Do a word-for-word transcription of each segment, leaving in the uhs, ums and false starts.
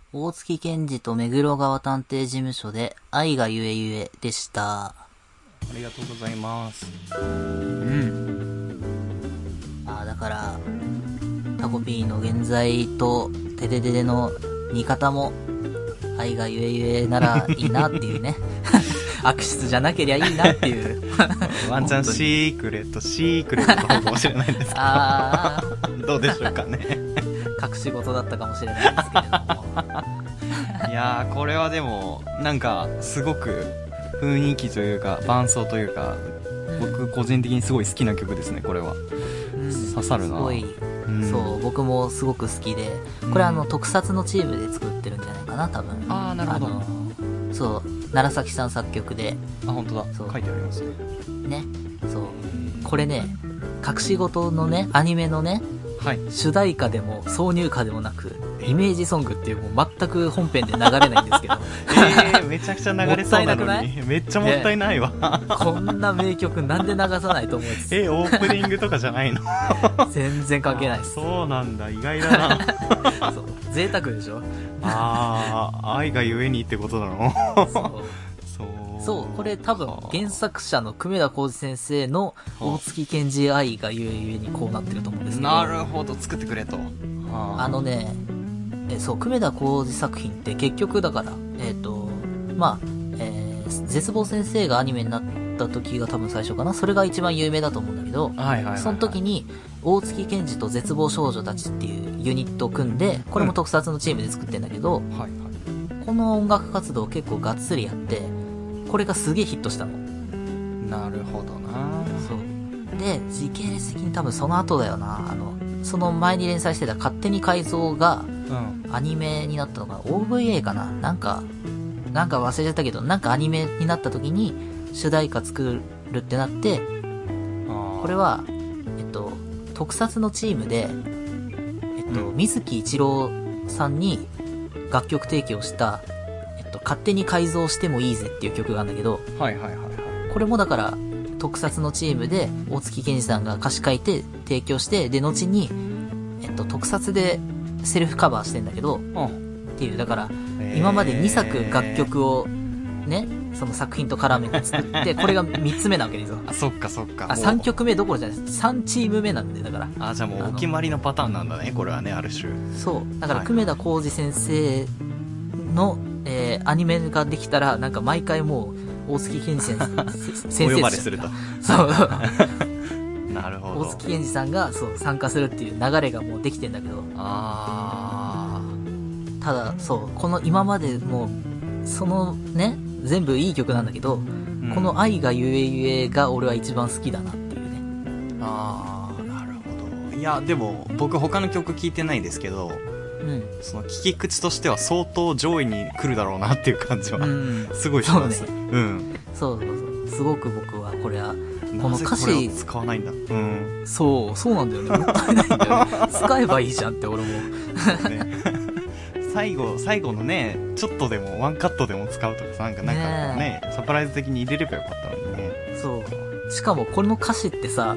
大月健二と目黒川探偵事務所で愛がゆえゆえでした。 ありがとうございます。 うん。ああ、だから、タコピーの現在とテデデデの味方も愛がゆえゆえならいいなっていうね。悪質じゃなけりゃいいなっていう。 ワンチャンシークレット、シークレットの方かもしれないんですけど。あどうでしょうかね。 隠し事だったかもしれないですけれども。 いやー、これはでもなんかすごく雰囲気というか伴奏というか、うん、僕個人的にすごい好きな曲ですね。これは、うん、刺さるな。 すごい、うん、そう僕もすごく好きで、これあの、うん、特撮のチームで作ってるんじゃないかな多分。 ああ、なるほど。 そう楢崎さん作曲で。 あ、本当だ、そう書いてありますね。 ね、そうこれね、隠し事のねアニメのね、はい、主題歌でも挿入歌でもなくイメージソングっていう、もう全く本編で流れないんですけど。 えー、めちゃくちゃ流れそうなのにめっちゃもったいないわ、 ね、こんな名曲なんで流さないと思いつつ。 えー、オープニングとかじゃないの？ 全然関係ないです。 そうなんだ、意外だな。 そう贅沢でしょ。 ああ、愛がゆえにってことなの？ そうそう、これ多分原作者の久米田浩二先生の大月健二愛がゆえゆえにこうなってると思うんですけど。 なるほど、作ってくれと。 あのね、えそう久米田浩二作品って結局だから、えっとまあ、えー、絶望先生がアニメになった時が多分最初かな。それが一番有名だと思うんだけど、はいはいはいはい、その時に大月健二と絶望少女たちっていうユニットを組んで、これも特撮のチームで作ってんだけど、うんはいはい、この音楽活動を結構がっつりやって、これがすげえヒットしたの。 なるほどな。 そうで、時系列的に多分その後だよな。あのその前に連載してた勝手に改造がアニメになったのかな、オーブイエー かな、なんかなんか忘れちゃったけど、なんかアニメになった時に主題歌作るってなって、これはえっと特撮のチームでえっと、うん、水木一郎さんに楽曲提供した勝手に改造してもいいぜっていう曲があるんだけど、はいはいはいはい、これもだから特撮のチームで大月健二さんが歌詞書いて提供して、で後にえっと特撮でセルフカバーしてんだけど、うん、っていう、だから今までにさく楽曲をね、その作品と絡めて作ってこれがみっつめなわけですよ。 あ、そっかそっか。 あ、さんきょくめどころじゃないです。さんチーム目なんで、だから。 あ、じゃあもうお決まりのパターンなんだね、これはね、ある種。 そう。だから久米田浩二先生の、えー、アニメができたら、なんか毎回もう大月健二先生先生お呼ばれすると。 そう。 なるほど。 大月健二さんがそう参加するっていう流れがもうできてんだけど。あー。ただそうこの今までもうそのね全部いい曲なんだけど、うん、この愛がゆえゆえが俺は一番好きだなっていうね。 あー、なるほど。いやでも僕他の曲聴いてないですけど、うん、その聞き口としては相当上位に来るだろうなっていう感じは、うん、すごいします。 そうね、 うん。 そうそうそう。すごく僕はこれはこの歌詞なぜこれを使わないんだ。うん。 そうそうなんだよね。もったいないんだよね。使えばいいじゃんって俺も。そうね。 最後最後のねちょっとでもワンカットでも使うとかなんかなんかねサプライズ的に入れればよかったのにね。 そう。しかもこれの歌詞ってさ、うん、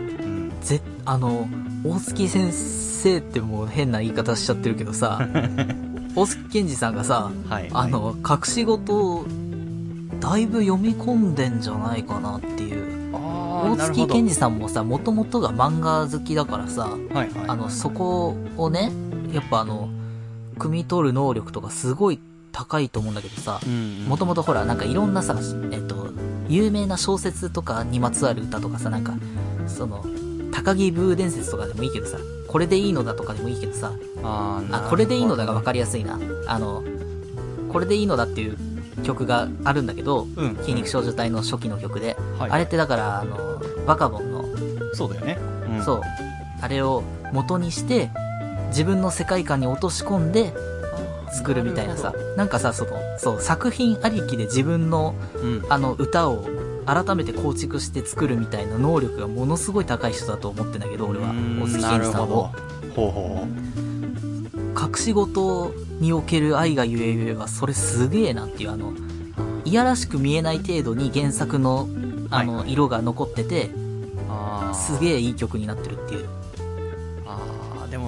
ぜあの大月先生ってもう変な言い方しちゃってるけどさ大月健二さんがさ、はい、あの、はい、隠し事をだいぶ読み込んでんじゃないかなっていう。大月健二さんもさ、もともとが漫画好きだからさ、はいはい、あのそこをねやっぱあの汲み取る能力とかすごい高いと思うんだけどさ、もともとほらなんかいろんなさ、えっと有名な小説とかにまつわる歌とかさ、なんかその高木ブー伝説とかでもいいけどさ、これでいいのだとかでもいいけどさ、ああこれでいいのだが分かりやすいな。あのこれでいいのだっていう曲があるんだけど、うん、筋肉少女隊の初期の曲で、はい、あれってだからあのバカボンのそうだよね、 うん、そうあれを元にして自分の世界観に落とし込んで作るみたいなさ、なんかさそのそう作品ありきで自分の、うん、あの歌を改めて構築して作るみたいな能力がものすごい高い人だと思ってんだけど、俺は大月健二さんを。ほうほう。隠し事における愛がゆえゆえはそれすげえなっていう、あのいやらしく見えない程度に原作のあの、はい、色が残ってて、あすげえいい曲になってるっていう。 あでも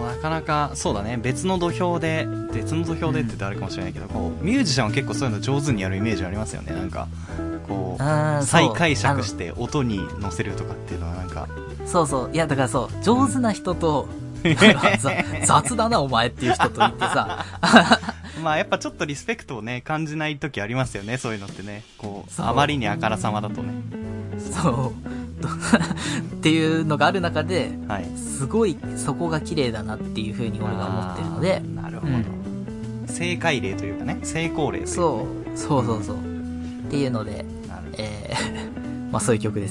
もなかなかそうだね、別の土俵で別の土俵でって言ってあるかもしれないけど、うん、こうミュージシャンは結構そういうの上手にやるイメージありますよね。なんかこう再解釈して音に乗せるとかっていうのはなんかそうそう、いやだからそう上手な人と、うん、雑だなお前っていう人といってさまあやっぱちょっとリスペクトをね感じない時ありますよね、そういうのってね。こうあまりにあからさまだとね、 そうっていうのがある中で、はい、すごいそこが綺麗だなっていう風に俺が思ってるので。 なるほど、うん、正解例というかね、成功例というか、ね、 そうそうそうそう、うん、っていうので、えー、まあそういう曲です。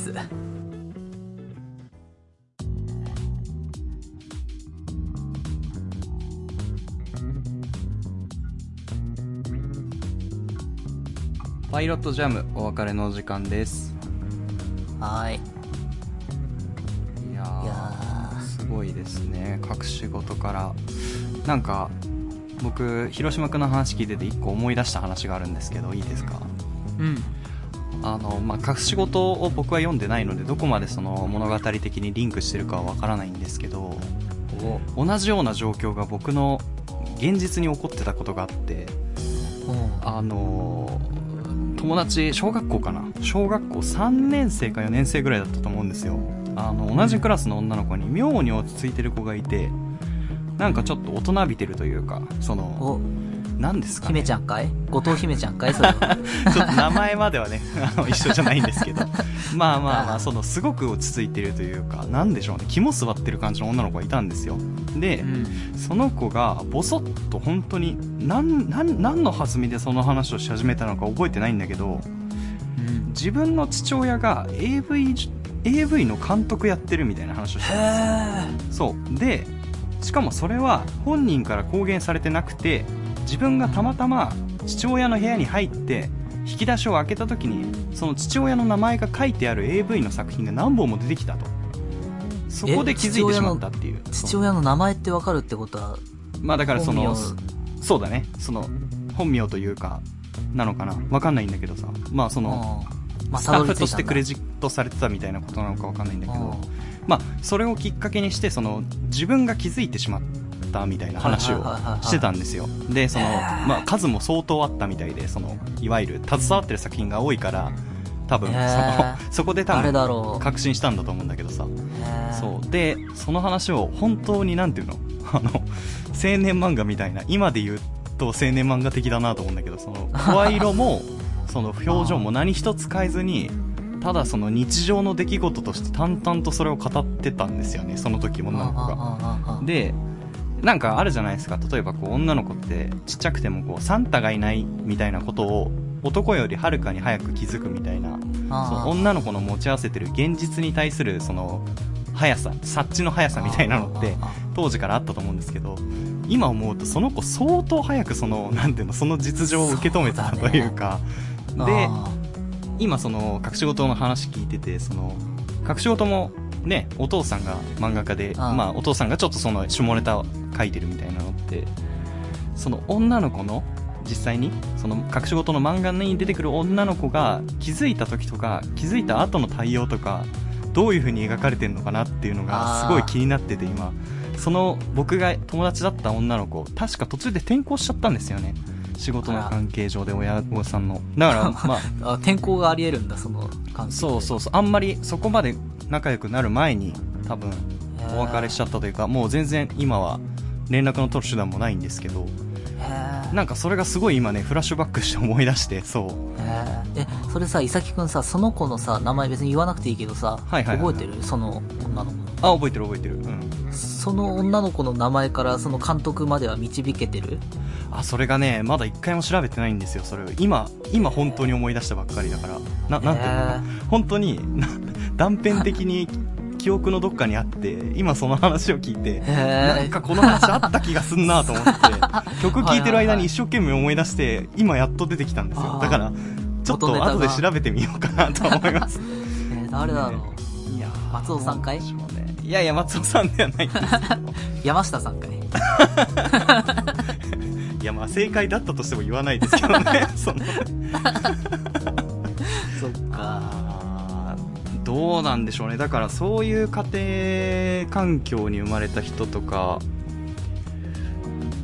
パイロットジャムお別れのお時間です。 はい。 いやー、いやーすごいですね。隠し事からなんか僕広島くんの話聞いてて一個思い出した話があるんですけどいいですか？ うん。 あのまあ隠し事を僕は読んでないのでどこまでその物語的にリンクしてるかはわからないんですけど、同じような状況が僕の現実に起こってたことがあって、あの友達小学校かな小学校さんねん生かよねん生ぐらいだったと思うんですよ。あの同じクラスの女の子に妙に落ち着いてる子がいて、なんかちょっと大人びてるというか、その何ですかね、 姫ちゃんかい、後藤姫ちゃんかい、それはちょっと名前まではねあの一緒じゃないんですけどまあまあまあ、そのすごく落ち着いてるというか、なんでしょうね、肝座ってる感じの女の子がいたんですよ。で、うん、その子がボソッと本当に何何何の弾みでその話をし始めたのか覚えてないんだけど、うん、自分の父親が エーブイ エーブイ の監督やってるみたいな話をしたんですよ。そうで、しかもそれは本人から公言されてなくて、自分がたまたま父親の部屋に入って引き出しを開けた時にその父親の名前が書いてある エーブイ の作品が何本も出てきたと。そこで気づいてしまったっていう。 父親の名前って分かるってことは、まあだからそのそうだね、その本名というかなのかな、分かんないんだけどさ、まあそのまあ、スタッフとしてクレジットされてたみたいなことなのか分かんないんだけど、まあそれをきっかけにしてその自分が気づいてしまったみたいな話をしてたんですよ。でその、まあ、数も相当あったみたいで、そのいわゆる携わってる作品が多いから多分そのそこで多分確信したんだと思うんだけどさ。そうでその話を本当になんていうのあの青年漫画みたいな、今で言うと青年漫画的だなと思うんだけど、その声色もその表情も何一つ変えずに、ただその日常の出来事として淡々とそれを語ってたんですよね、その時女の子が。でなんかあるじゃないですか、例えばこう女の子ってちっちゃくてもこうサンタがいないみたいなことを男よりはるかに早く気づくみたいな、その女の子の持ち合わせてる現実に対するその速さ、察知の速さみたいなのって当時からあったと思うんですけど、今思うとその子相当早くそのなんていうの、その実情を受け止めたというか、で今その隠し事の話聞いてて、その隠し事もね、お父さんが漫画家で、ああまあお父さんがちょっとその下ネタを書いてるみたいなのって、その女の子の実際にその隠し事の漫画に出てくる女の子が気づいた時とか気づいた後の対応とかどういう風に描かれてるのかなっていうのがすごい気になってて、今その僕が友達だった女の子確か途中で転校しちゃったんですよね、仕事の関係上で親御さんの。だからまああ転校があり得るんだ、その関係。 そうそうそう、あんまりそこまで仲良くなる前に多分お別れしちゃったというか、もう全然今は連絡の取る手段もないんですけど、なんかそれがすごい今ねフラッシュバックして思い出して。そうえそれさ、伊崎くんさ、その子のさ名前別に言わなくていいけどさ、はいはいはいはい、覚えてる？その女の子。 あ、覚えてる覚えてる、うん、 その女の子の名前からその監督までは導けてる？ あ、それがねまだ一回も調べてないんですよ。それを今今本当に思い出したばっかりだから、ななんていうの、本当に断片的に記憶のどっかにあって、今その話を聞いてなんかこの話あった気がすんなと思って曲聴いてる間に一生懸命思い出して今やっと出てきたんですよ。だからちょっと後で調べてみようかなと思いますえー、誰だろう、いや松尾さんかい？ いやいや松尾さんではないんですけど山下さんかいいやまあ正解だったとしても言わないですけどねそのそっか、 どうなんでしょうね。だからそういう家庭環境に生まれた人とか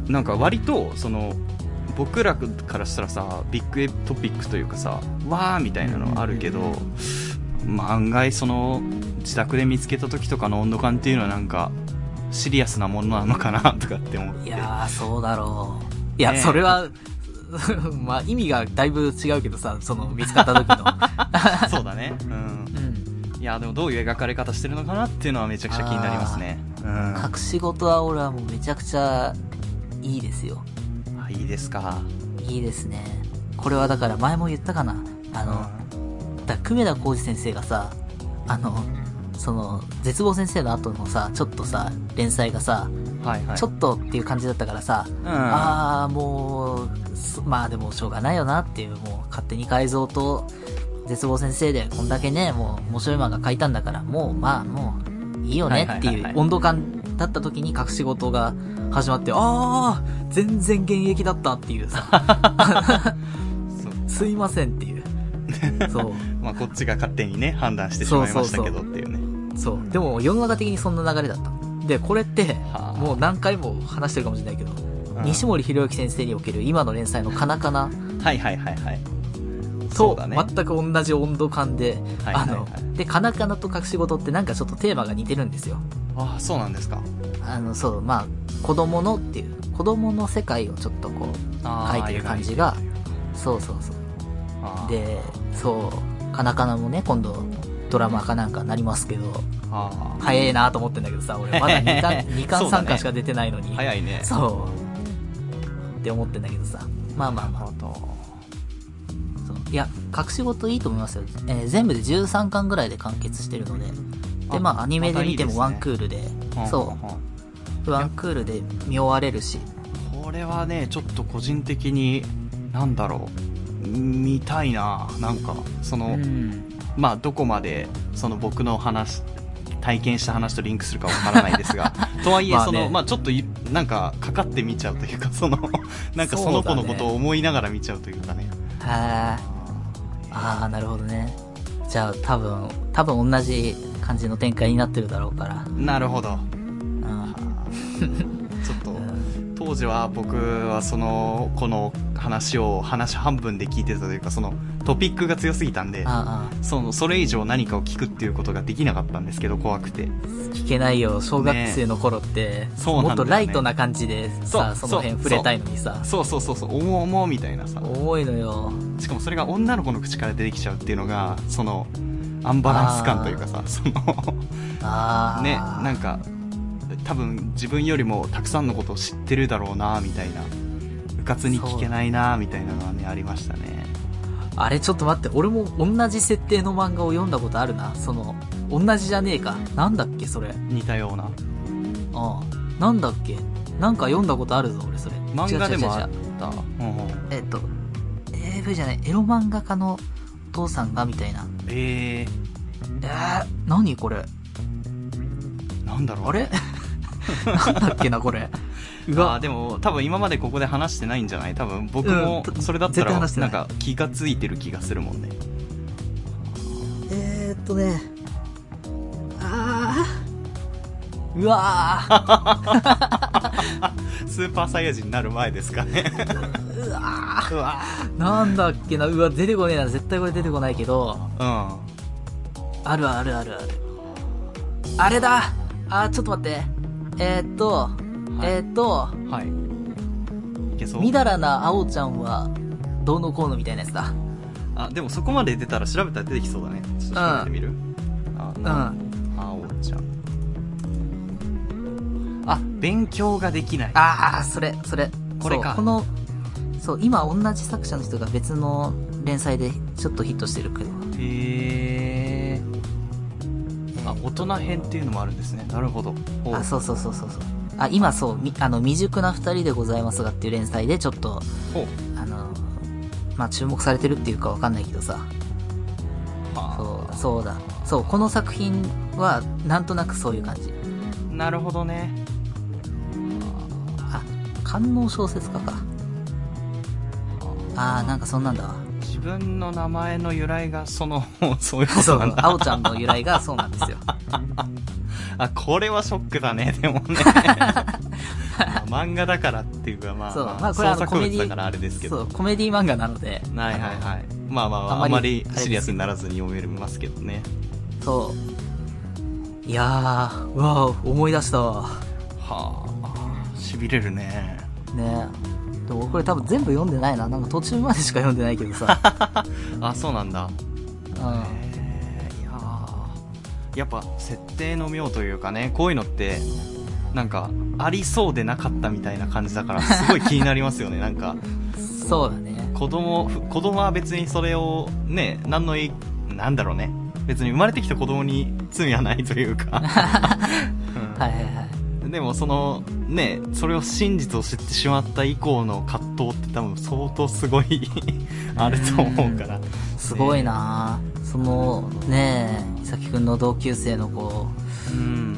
なんか割とその僕らからしたらさビッグトピックというかさわーみたいなのあるけど、まあ、案外その自宅で見つけた時とかの温度感っていうのはなんかシリアスなものなのかなとかって思って。 いやーそうだろう。いや、ね、それはまあ意味がだいぶ違うけどさ、その見つかった時のそうだね、うん、うん、いやでもどういう描かれ方してるのかなっていうのはめちゃくちゃ気になりますね、うん、 隠し事は俺はもうめちゃくちゃいいですよ。 あ、いいですか。 いいですね。これはだから前も言ったかな、あの、うん、だ久米田浩二先生がさ、あのその絶望先生の後のさちょっとさ連載がさ、はいはい、ちょっとっていう感じだったからさ、うん、ああもうまあでもしょうがないよなっていう、もう勝手に改造と絶望先生でこんだけねもう面白い漫画描いたんだからもうまあもういいよねっていう温度感だった時に隠し事が始まって、ああ全然現役だったっていうさすいませんっていうそうまあこっちが勝手にね判断してしまいましたけどっていうね。 そう、でも世の中的にそんな流れだった。でこれってもう何回も話してるかもしれないけど、うん、西森博之先生における今の連載のカナカナはいはいはいはいと全く同じ温度感で、はいはいはい、あのでカナカナと隠し事ってなんかちょっとテーマが似てるんですよ。 ああそうなんですか。 あのそうまあ子供のっていう子供の世界をちょっとこう描いてる感じが、そうそうそうで、そうカナカナもね今度ドラマかなんかなりますけど、あ早いなと思ってんだけどさ、俺まだにかんにかんさんかんしか出てないのに、 ね、早いね。 そうって思ってんだけどさ、まあまあまあそういや隠し事いいと思いますよ、えー、全部でじゅうさんかんぐらいで完結してるので、でまあアニメで見てもワンクールで、ま、いいでそうワンクールで見終われるし、 これはねちょっと個人的になんだろう見たいな。なんかその、うん、まあどこまでその僕の話体験した話とリンクするかわからないですがとはいえそのまあ、ね、まあちょっとなんかかかって見ちゃうというか、そのなんかその子のことを思いながら見ちゃうというかね。 はああなるほどね。じゃあ多分多分同じ感じの展開になってるだろうから。 なるほど。ちょっと当時は僕はそのこの話を話半分で聞いてたというか、そのトピックが強すぎたんで、ああそのそれ以上何かを聞くっていうことができなかったんですけど、怖くて聞けないよ。小学生の頃って、ね、そうなんだよね、もっとライトな感じでさ そ, その辺触れたいのにさ、 そうそうそうそう重々みたいなさ、 重いのよ。 しかもそれが女の子の口から出てきちゃうっていうのがそのアンバランス感というかさ、そのあねなんか多分自分よりもたくさんのことを知ってるだろうなみたいな、うかつに聞けないなみたいなのはねありましたね。 あれちょっと待って、俺も同じ設定の漫画を読んだことあるな。その同じじゃねえか、なんだっけそれ、 似たような、 ああなんだっけ、なんか読んだことあるぞ俺それ。 漫画でもあった。うんうん、 えっと エーブイ じゃない、エロ漫画家のお父さんがみたいな。 えー、 えー、何これなんだろう、 あれなんだっけなこれ。 うわ、でも多分今までここで話してないんじゃない？多分僕もそれだったらなんか気がついてる気がするもんね。 えーっとねあーうわースーパーサイヤ人になる前ですかね。 うわーうわーなんだっけな、うわ出てこねえな、絶対これ出てこないけど、うん、あるあるあるある、あれだ、あちょっと待って、えー、っと、はい、えー、っと、はい。いけそう？みだらなあおちゃんはどうのこうのみたいなやつだ。 あ、でもそこまで出たら調べたら出てきそうだね。ちょっと調べてみる？うん。あ、うん。あおちゃん。あ、勉強ができない。 ああ、それ、それ。 これか。 この、そう、今同じ作者の人が別の連載でちょっとヒットしてるけど。 へー。あ、大人編っていうのもあるんですね。なるほど。 あ、そうそうそうそうそう。あ、今そう、みあの未熟な二人でございますがっていう連載でちょっとあのまあ注目されてるっていうかわかんないけどさ。そうそうだ。そうこの作品はなんとなくそういう感じ。 なるほどね。 あ、官能小説家か。あーなんかそんなんだわ。 自分の名前の由来がそのそういうことなんだ。 あおちゃんの由来がそうなんですよ。 あ、これはショックだね。でもねまあ、漫画だからっていうか、まあ、 そう、 まあ、 まあこれは創作物だからあれですけど。 そう、コメディ漫画なので。 はいはいはい。まあまあ、まあ、あまりシリアスにならずに読めますけどね。 そう。いやー、うわー、思い出したわ。はあ、痺れるね。 ねでもこれ多分全部読んでないな。なんか途中までしか読んでないけどさ。 あ、そうなんだ。 うん。 えー、いやー、やっぱ設定の妙というかね、こういうのって、なんか、ありそうでなかったみたいな感じだから、すごい気になりますよね、なんか。 そうだね。 子供、子供は別にそれを、ね、何のい、なんだろうね。別に生まれてきた子供に罪はないというか。うん、 はいはいはい。 でもその、ね、それを真実を知ってしまった以降の葛藤って多分相当すごいあると思うから。 すごいなぁ。その、ねえ、伊崎くんの同級生の子。 うん。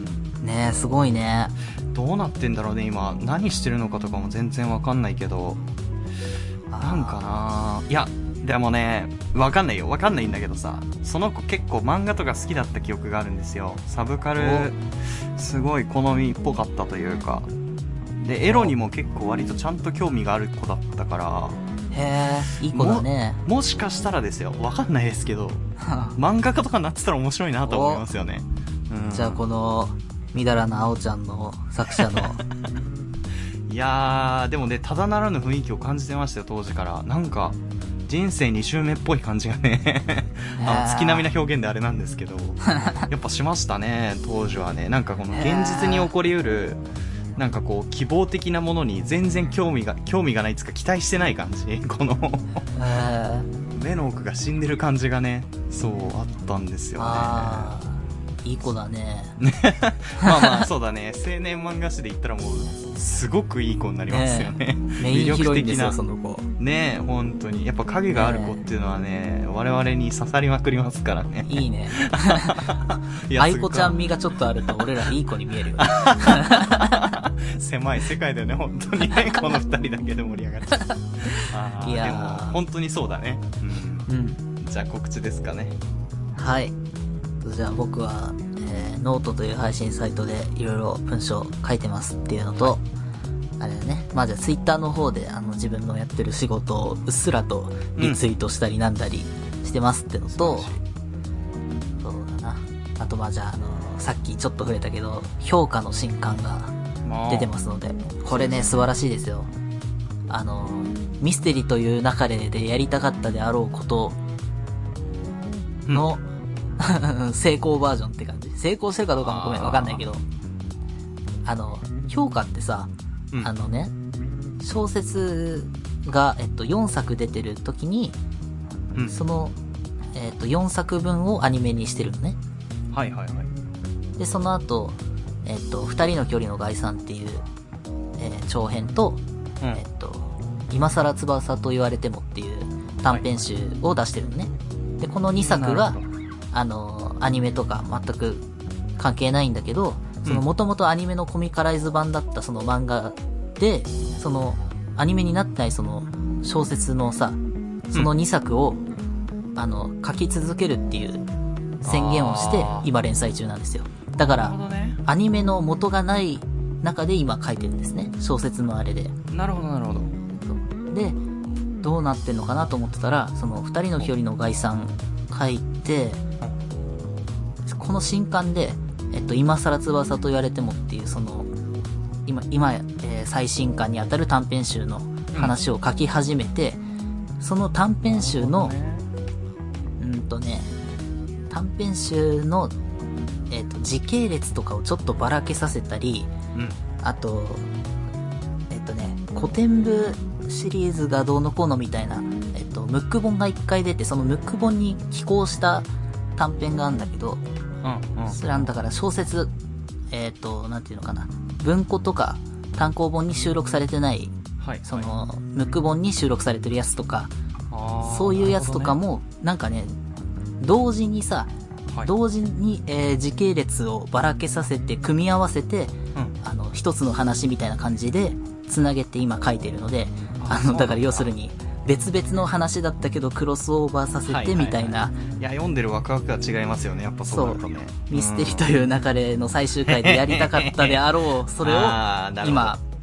ねえ、すごいね。 どうなってんだろうね、今。何してるのかとかも全然わかんないけど。なんかなぁ。いや、でもね、わかんないよ。わかんないんだけどさ。その子結構漫画とか好きだった記憶があるんですよ。サブカル、すごい好みっぽかったというか。で、エロにも結構割とちゃんと興味がある子だったから。 へえ、いい子だね。 も、もしかしたらですよ。わかんないですけど。漫画家とかになってたら面白いなと思いますよね。 うん、じゃあこの、みだらなあおちゃんの作者の。 いやー、でもね、ただならぬ雰囲気を感じてましたよ、当時から。なんか、人生に周目っぽい感じがねあの月並みな表現であれなんですけどやっぱしましたね当時はね。なんかこの現実に起こりうるなんかこう希望的なものに全然興味が興味がないっつうか期待してない感じこの目の奥が死んでる感じがねそうあったんですよね。 あいい子だねまあまあそうだね青年漫画誌で言ったらもうすごくいい子になりますよね。 メインヒロインですよその子ねえ本当にやっぱ影がある子っていうのはね我々に刺さりまくりますからね。 いいね愛子ちゃん味がちょっとあると俺らいい子に見えるよね狭い世界だよね本当にねこの二人だけで盛り上がっちゃうあいやでも本当にそうだね。うん、うん、じゃあ告知ですかね。 はい、じゃあ僕は、えー、ノートという配信サイトでいろいろ文章書いてますっていうのと、あれだね、まあじゃあツイッターの方であの自分のやってる仕事をうっすらとリツイートしたりなんだりしてますってのと、うん、そうだな、あとまあじゃああのさっきちょっと触れたけど評価の新刊が出てますので、これね素晴らしいですよ。あのミステリという流れでやりたかったであろうことの、うん成功バージョンって感じ。成功してるかどうかもごめんわかんないけど、あの評価ってさ、うん、あのね小説がえっとよんさく出てる時に、うん、そのえっとよんさくぶんをアニメにしてるのね。 はいはいはい。 でその後えっと二人の距離の概算っていう、えー、長編と、うん、えっと今更翼と言われてもっていう短編集を出してるのね。でこのにさくがあの、アニメとか全く関係ないんだけど、その元々アニメのコミカライズ版だったその漫画で、そのアニメになってないその小説のさ、そのにさくを、うん、あの、書き続けるっていう宣言をして今連載中なんですよ。だから、ね、アニメの元がない中で今書いてるんですね。小説のあれで。 なるほどなるほど。 で、どうなってんのかなと思ってたら、その二人の距離の概算書いて、この新刊で、えっと、今更翼と言われてもっていう、その、今、今、えー、最新刊にあたる短編集の話を書き始めて、うん、その短編集の、ね、うんとね、短編集の、えっと、時系列とかをちょっとばらけさせたり、うん、あと、えっとね、古典部シリーズがどうのこうのみたいな、えっと、ムック本が一回出て、そのムック本に寄稿した短編があるんだけど、うんうん、それはだから小説、えっと、なんていうのかな、文庫とか単行本に収録されてない、はい、その、はい、ムック本に収録されてるやつとか、そういうやつとかも、なんかね、同時にさ、はい、同時に、えー、時系列をばらけさせて組み合わせて、うん、あの一つの話みたいな感じでつなげて今書いてるので、あのだから要するに別々の話だったけどクロスオーバーさせてみたいな、はいはいはい、 いや読んでるワクワクが違いますよね、やっぱそうなるとね。 ミステリという流れの最終回でやりたかったであろうそれを今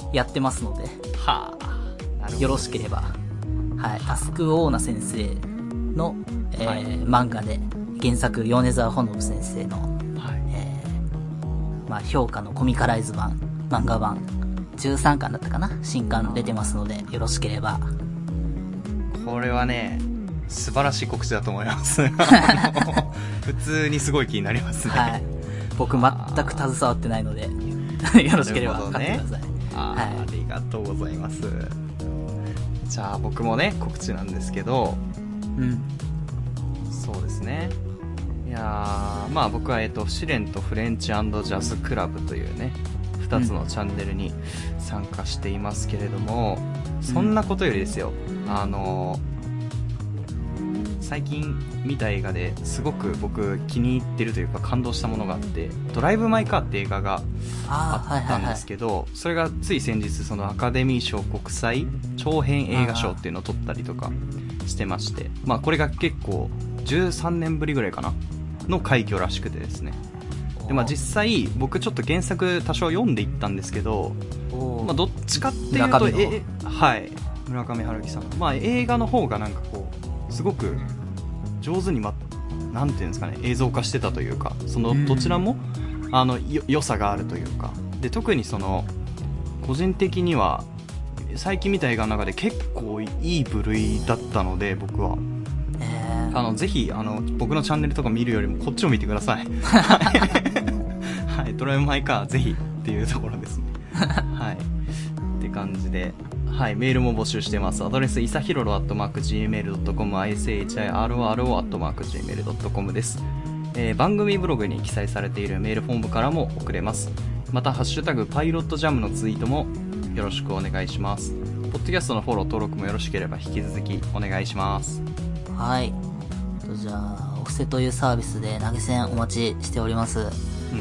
やってますので、 はあ、 よろしければ、はい、タスクオーナ先生の、えーはい、漫画で、原作米沢ほのぶ先生の、はい、えー、まあ評価のコミカライズ版、漫画版、じゅうさんかんだったかな、新刊出てますので、よろしければ。 これはね、素晴らしい告知だと思います。普通にすごい気になりますね。はい。 僕全く携わってないので、よろしければ買ってください。 あ、はい、ありがとうございます。じゃあ僕もね、告知なんですけど、 うん。 そうですね。いやー、まあ僕は、えっと、試練とフレンチ&ジャズクラブというね、二つのチャンネルに参加していますけれども、うん、そんなことよりですよ、あの最近見た映画ですごく僕気に入ってるというか感動したものがあって、ドライブ・マイ・カーって映画があったんですけど、はいはいはい、それがつい先日そのアカデミー賞国際長編映画賞っていうのを取ったりとかしてまして、まあこれが結構じゅうさんねんぶりぐらいかなの快挙らしくてですね。で、まあ実際僕ちょっと原作多少読んでいったんですけど、まあどっちかっていうと、え、はい、村上春樹さん、まあ映画の方がなんかこうすごく上手に、ま、なんていうんですかね、映像化してたというか、そのどちらもあのよ良さがあるというか、で特にその個人的には最近見た映画の中で結構いい部類だったので、僕は、えー、あのぜひあの僕のチャンネルとか見るよりもこっちを見てください。はい、ドライブ・マイ・カーぜひっていうところですね。はい、って感じで、はい、メールも募集してます。アドレス、いさひろろ アットマーク ジーメールドットコム、アイエスエイチアイアールオーアールオー アットマーク ジーメールドットコム です。えー、番組ブログに記載されているメールフォームからも送れます。また、ハッシュタグパイロットジャムのツイートもよろしくお願いします。ポッドキャストのフォロー登録もよろしければ引き続きお願いします。 はい。じゃあ、お布施というサービスで投げ銭お待ちしております。うん。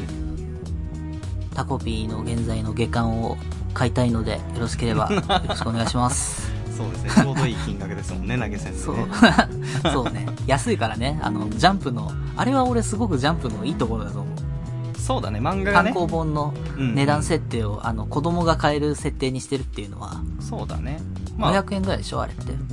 タコピーの現在の月間を買いたいので、よろしければよろしくお願いします。 そうですね、ちょうどいい金額ですもんね、投げ銭ってね。 そうそうね、安いからね、あのジャンプのあれは俺すごくジャンプのいいところだと思う。 そうだね、漫画がね、 単行本の値段設定を、うんうん、あの子供が買える設定にしてるっていうのは、 そうだね、 まあ、ごひゃくえんぐらいでしょあれって。 うん、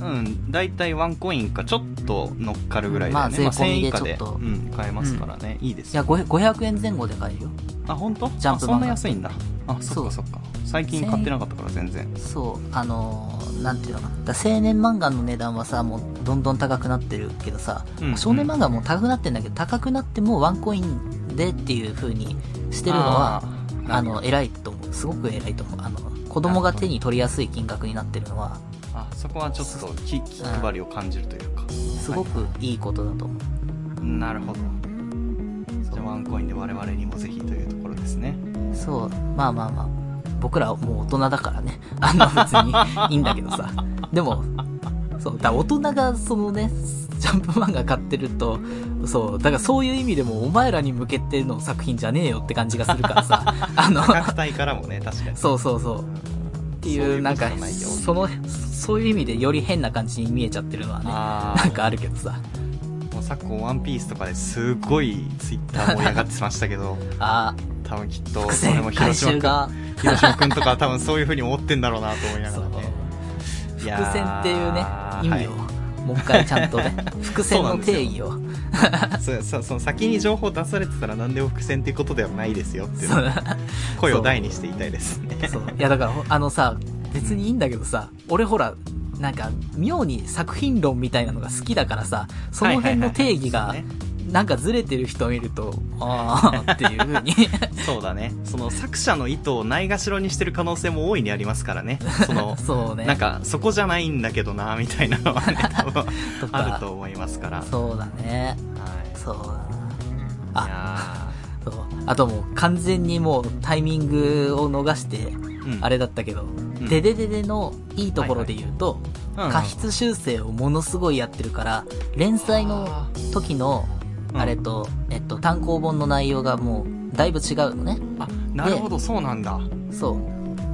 だいたいワンコインかちょっと乗っかるぐらいだよね。まあ税込みでちょっと、まあ、せんえん以下で、うん、買えますからね、うん、いいですよ。 いやごひゃくえんぜん後で買えるよ。 あ、本当？ ジャンプ漫画。 そんな安いんだ。あ、そっかそっか。最近買ってなかったから全然。 そう、あのー、なんていうのかな。だ青年漫画の値段はさ、もうどんどん高くなってるけどさ、うんうん、少年漫画も高くなってんだけど、高くなってもワンコインでっていう風にしてるのは、あ, あの、偉いと思う。すごく偉いと思う。あの、子供が手に取りやすい金額になってるのは、 あ、そこはちょっと気配りを感じるというか。 すごくいいことだと思う。 はい、なるほど。じゃあワンコインで我々にもぜひというところですね。 そう、まあまあまあ。僕らはもう大人だからね。あの別にいいんだけどさ。でも、そう、だ大人がそのね、ジャンプ漫画買ってると、そう、だからそういう意味でもお前らに向けての作品じゃねえよって感じがするからさ。あの、 価格帯からもね、確かに。 そうそうそう。っていう、そういうなんか、その、そういう意味でより変な感じに見えちゃってるのはね、なんかあるけどさ。 もう昨今ワンピースとかですごいツイッター盛り上がってましたけど、 あ多分きっと、それも広島くん、広島くんとかは多分そういう風に思ってんだろうなと思いながらね。 伏線っていうね、意味を、はい、もう一回ちゃんとね、伏線の定義を。 そうそその先に情報出されてたら何でも伏線っていうことではないですよっていうのを声を大にして言いたいですね。 そう。いやだから、あのさ、別にいいんだけどさ、俺ほら、なんか、妙に作品論みたいなのが好きだからさ、その辺の定義が、なんかずれてる人を見ると、あーっていう風に。 そうだね。その作者の意図をないがしろにしてる可能性も大いにありますからね。その、 そうね。 なんか、そこじゃないんだけどな、みたいなのはね、多分あると思いますから。 そうだね。はい。そうだな。あ、そう。あともう完全にもうタイミングを逃して、うん、あれだったけど、うん、デデデデのいいところで言うと、はいはい、過失修正をものすごいやってるから、連載の時の、あれと、えっと、単行本の内容がもう、だいぶ違うのね。 あ、なるほど、そうなんだ。 そう。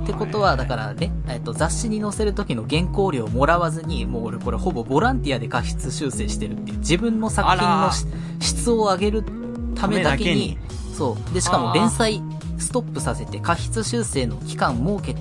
ってことは、だからね、えっと、雑誌に載せる時の原稿料をもらわずに、もう俺これほぼボランティアで過失修正してるっていう、自分の作品の質を上げるためだけに、そう。で、しかも連載ストップさせて過失修正の期間設けて、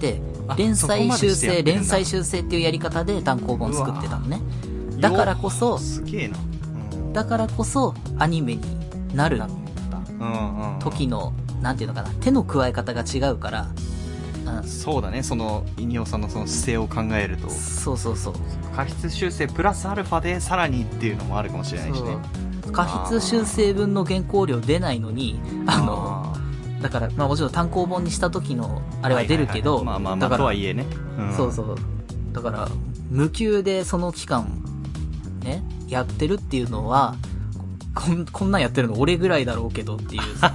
連載修正、連載修正っていうやり方で単行本作ってたのね。だからこそ、 すげえな。 うん、だからこそ、アニメになる時の、なんていうのかな、手の加え方が違うから、 うん、そうだね、その、イニオさんのその姿勢を考えると。 そうそうそう。 過失修正プラスアルファでさらにっていうのもあるかもしれないしね。 過失修正分の原稿料出ないのに、あの、だから、まあもちろん単行本にした時の、あれは出るけど、 まあまあまあ、とはいえね、 うん。そうそう。だから、無給でその期間、ね、やってるっていうのは、こん、こんなんやってるの俺ぐらいだろうけどっていうさ。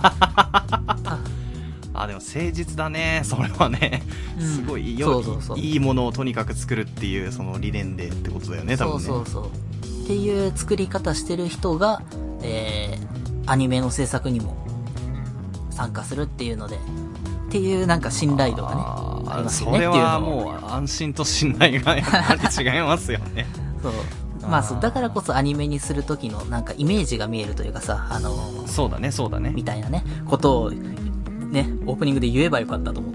あ、でも誠実だね、それはね。すごい、よ、そうそうそう、いいものをとにかく作るっていう、その理念でってことだよね、多分ね。 そうそうそう。っていう作り方してる人が、えー、アニメの制作にも参加するっていうので、っていうなんか信頼度がね、あ, ありますよねっていうのを。 それはもう安心と信頼がやっぱり違いますよね。 そう。まあそう、だからこそアニメにするときのなんかイメージが見えるというかさ、あのー、 そうだね、そうだね。 みたいなね、ことを、ね、オープニングで言えばよかったと思って。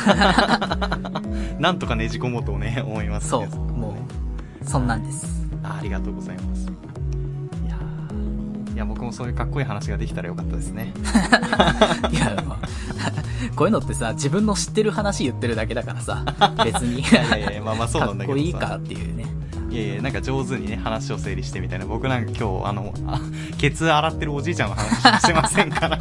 なんとかねじ込もうとね、思いますね。 そう、もう、そんなんです。 あ, ありがとうございます。いやいや、僕もそういうかっこいい話ができたらよかったですね。 いや、まあ、こういうのってさ、自分の知ってる話言ってるだけだからさ、別に。いやいやいや、まあまあそうなんだけどさ。 かっこいいかっていうね。 いやいや、なんか上手にね、話を整理してみたいな。僕なんか今日、あの、あケツ洗ってるおじいちゃんの話してませんから。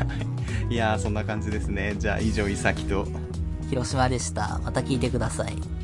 いやー、そんな感じですね。じゃあ以上、いさきと広島でした。また聞いてください。